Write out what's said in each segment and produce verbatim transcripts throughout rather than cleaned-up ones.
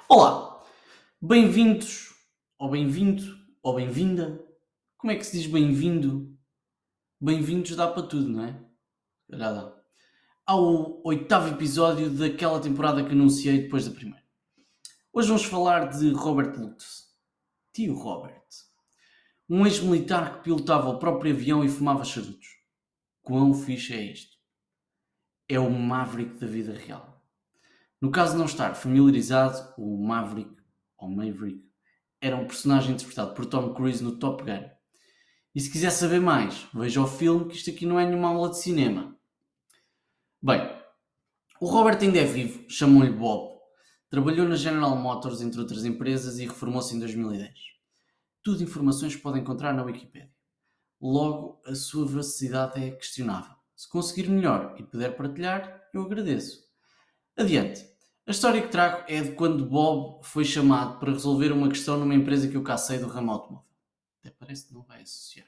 Olá, bem-vindos, ou bem-vindo, ou bem-vinda. Como é que se diz bem-vindo? Bem-vindos dá para tudo, não é? Se calhar dá. Ao oitavo episódio daquela temporada que anunciei depois da primeira. Hoje vamos falar de Robert Lutz, tio Robert, um ex-militar que pilotava o próprio avião e fumava charutos. Quão fixe é isto? É o Maverick da vida real. No caso de não estar familiarizado, o Maverick, ou Maverick, era um personagem interpretado por Tom Cruise no Top Gun. E se quiser saber mais, veja o filme, que isto aqui não é nenhuma aula de cinema. Bem, o Robert ainda é vivo, chamam-lhe Bob. Trabalhou na General Motors, entre outras empresas, e reformou-se em dois mil e dez. Tudo informações que podem encontrar na Wikipedia. Logo, a sua veracidade é questionável. Se conseguir melhor e puder partilhar, eu agradeço. Adiante. A história que trago é de quando Bob foi chamado para resolver uma questão numa empresa que eu cacei do ramo automóvel. Até parece que não vai associar.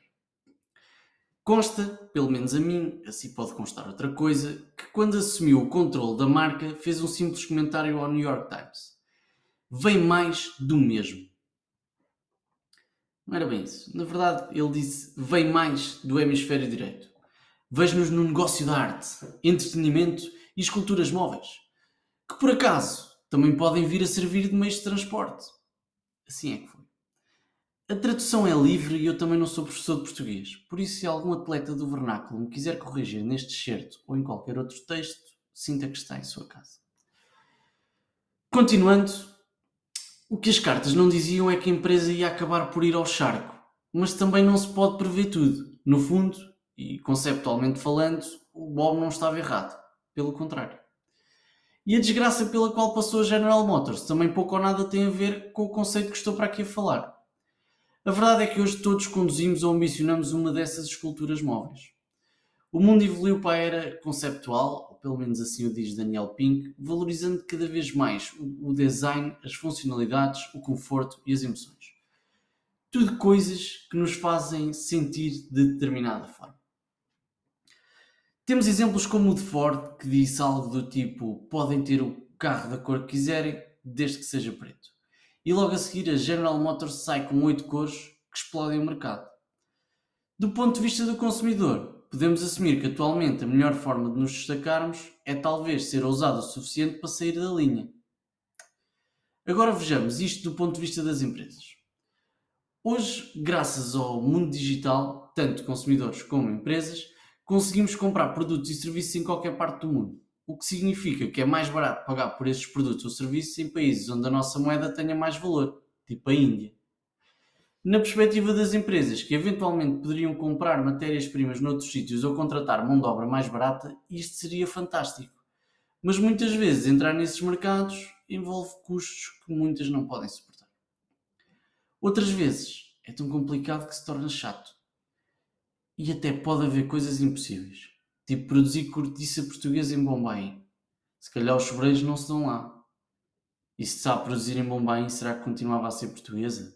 Consta, pelo menos a mim, assim pode constar outra coisa, que quando assumiu o controle da marca fez um simples comentário ao New York Times. Vem mais do mesmo. Não era bem isso. Na verdade, ele disse, vem mais do hemisfério direito. Vejo-nos no negócio da arte, entretenimento e esculturas móveis, que por acaso também podem vir a servir de meios de transporte. Assim é que foi. A tradução é livre e eu também não sou professor de português, por isso se algum atleta do vernáculo me quiser corrigir neste excerto ou em qualquer outro texto, sinta que está em sua casa. Continuando, o que as cartas não diziam é que a empresa ia acabar por ir ao charco, mas também não se pode prever tudo. No fundo, e conceptualmente falando, o Bob não estava errado, pelo contrário. E a desgraça pela qual passou a General Motors também pouco ou nada tem a ver com o conceito que estou para aqui a falar. A verdade é que hoje todos conduzimos ou ambicionamos uma dessas esculturas móveis. O mundo evoluiu para a era conceptual, ou pelo menos assim o diz Daniel Pink, valorizando cada vez mais o design, as funcionalidades, o conforto e as emoções. Tudo coisas que nos fazem sentir de determinada forma. Temos exemplos como o de Ford, que disse algo do tipo: podem ter o carro da cor que quiserem, desde que seja preto. E logo a seguir a General Motors sai com oito cores que explodem o mercado. Do ponto de vista do consumidor, podemos assumir que atualmente a melhor forma de nos destacarmos é talvez ser ousado o suficiente para sair da linha. Agora vejamos isto do ponto de vista das empresas. Hoje, graças ao mundo digital, tanto consumidores como empresas, conseguimos comprar produtos e serviços em qualquer parte do mundo. O que significa que é mais barato pagar por esses produtos ou serviços em países onde a nossa moeda tenha mais valor, tipo a Índia. Na perspectiva das empresas que eventualmente poderiam comprar matérias-primas noutros sítios ou contratar mão de obra mais barata, isto seria fantástico. Mas muitas vezes entrar nesses mercados envolve custos que muitas não podem suportar. Outras vezes é tão complicado que se torna chato. E até pode haver coisas impossíveis. Tipo produzir cortiça portuguesa em Bombay. Se calhar os sobreiros não se dão lá. E se está a produzir em Bombay, será que continuava a ser portuguesa?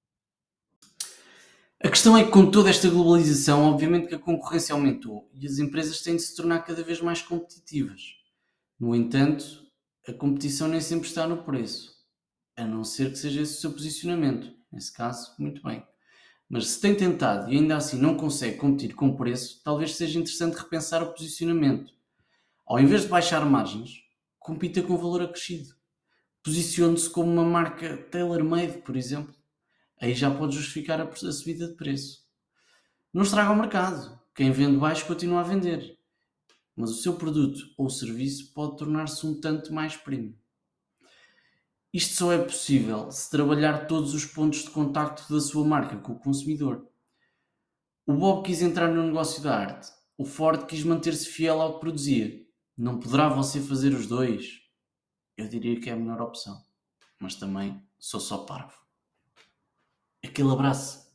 A questão é que com toda esta globalização, obviamente que a concorrência aumentou e as empresas têm de se tornar cada vez mais competitivas. No entanto, a competição nem sempre está no preço. A não ser que seja esse o seu posicionamento. Nesse caso, muito bem. Mas se tem tentado e ainda assim não consegue competir com preço, talvez seja interessante repensar o posicionamento. Ao invés de baixar margens, compita com valor acrescido. Posicione-se como uma marca tailor-made, por exemplo. Aí já pode justificar a subida de preço. Não estraga o mercado. Quem vende baixo continua a vender. Mas o seu produto ou serviço pode tornar-se um tanto mais premium. Isto só é possível se trabalhar todos os pontos de contacto da sua marca com o consumidor. O Bob quis entrar no negócio da arte. O Ford quis manter-se fiel ao que produzia. Não poderá você fazer os dois? Eu diria que é a melhor opção. Mas também sou só parvo. Aquele abraço.